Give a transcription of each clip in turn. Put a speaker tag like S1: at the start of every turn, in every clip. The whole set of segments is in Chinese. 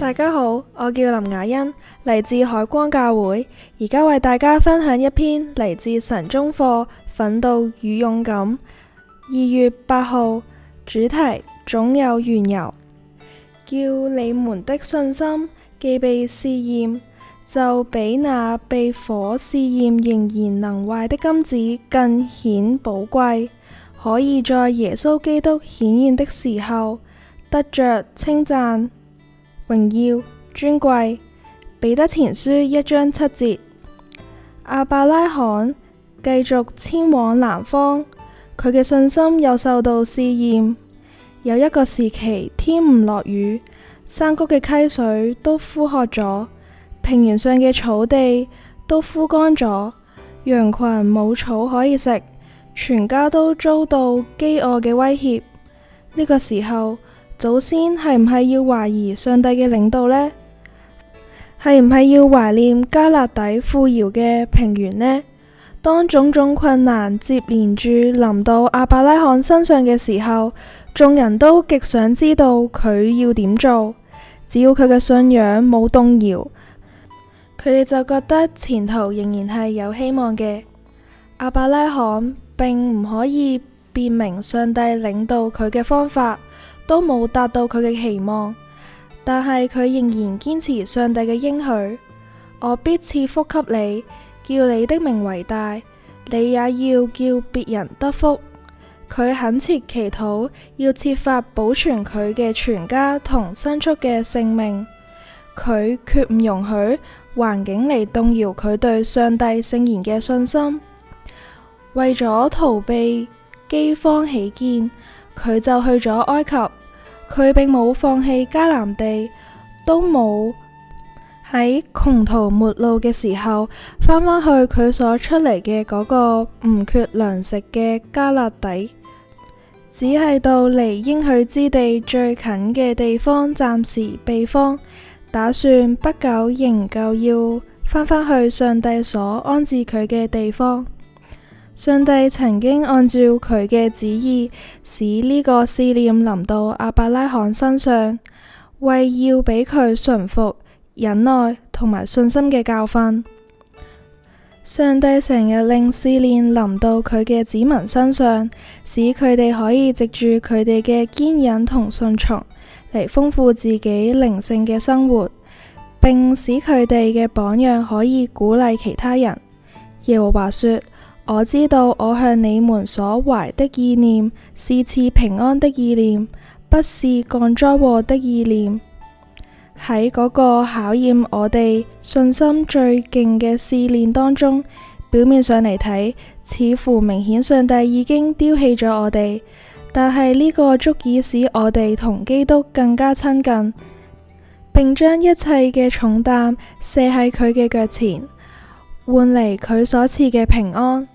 S1: 大家好，我叫林雅欣，嚟自海光教會，而家為大家分享一篇嚟自神中課《奮鬥與勇敢》2月8號，主題總有緣由。叫你們的信心既被試驗，就比那被火試驗仍然能壞的金子更顯寶貴，可以在耶穌基督顯現的時候得着稱讚、榮耀、尊貴。彼得前書1章7節。亞伯拉罕繼續遷往南方，佢嘅信心又受到試驗。有一個時期，天唔落雨，山谷嘅溪水都枯涸咗，平原上嘅草地都枯乾咗，羊群冇草可以食，全家都遭到飢餓嘅威脅。呢個時候，祖先係唔係要懷疑上帝嘅領導呢？係唔係要懷念迦勒底富饒嘅平原呢？當種種困難接連住臨到亞伯拉罕身上嘅時候，眾人都極想知道佢要點做。只要佢嘅信仰冇動搖，佢哋就覺得前途仍然係有希望嘅。亞伯拉罕並唔可以辨明上帝領導佢嘅方法，都冇達到佢嘅期望，但係佢仍然堅持上帝嘅應許：我必賜福給你，叫你的名為大，你也要叫別人得福。佢懇切祈禱，要設法保存佢嘅全家同牲畜嘅性命。佢決唔容許環境嚟動搖佢對上帝聖言嘅信心。為咗逃避饑荒起見，佢就去咗埃及。佢並冇放棄迦南地，都冇喺窮途末路嘅時候返返去佢所出嚟嘅嗰個唔缺糧食嘅迦勒底，只係到離應許之地最近嘅地方暫時避荒，打算不久仍舊要返返去上帝所安置佢嘅地方。上帝曾經按照佢嘅旨意，使呢個試煉臨到亞伯拉罕身上，為要俾佢順服、忍耐同埋信心嘅教訓。上帝成日令試煉臨到佢嘅子民身上，使佢哋可以藉住佢哋嘅堅忍同順從嚟豐富自己靈性嘅生活，並使佢哋嘅榜樣可以鼓勵其他人。耶和華說：我知道我向你們所懷的意念是賜平安的意念，不是降災禍的意念。喺嗰個考驗我哋信心最勁嘅試煉當中，表面上嚟睇，似乎明顯上帝已經丟棄咗我哋，但係呢個足以使我哋同基督更加親近，並將一切嘅重擔卸喺佢嘅腳前，換嚟佢所賜嘅平安。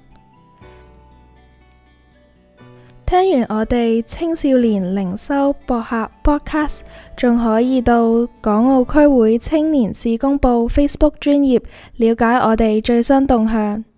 S1: 聽完我哋青少年靈修博客 Podcast， 仲可以到港澳區會青年事工部 Facebook 專頁了解我哋最新動向。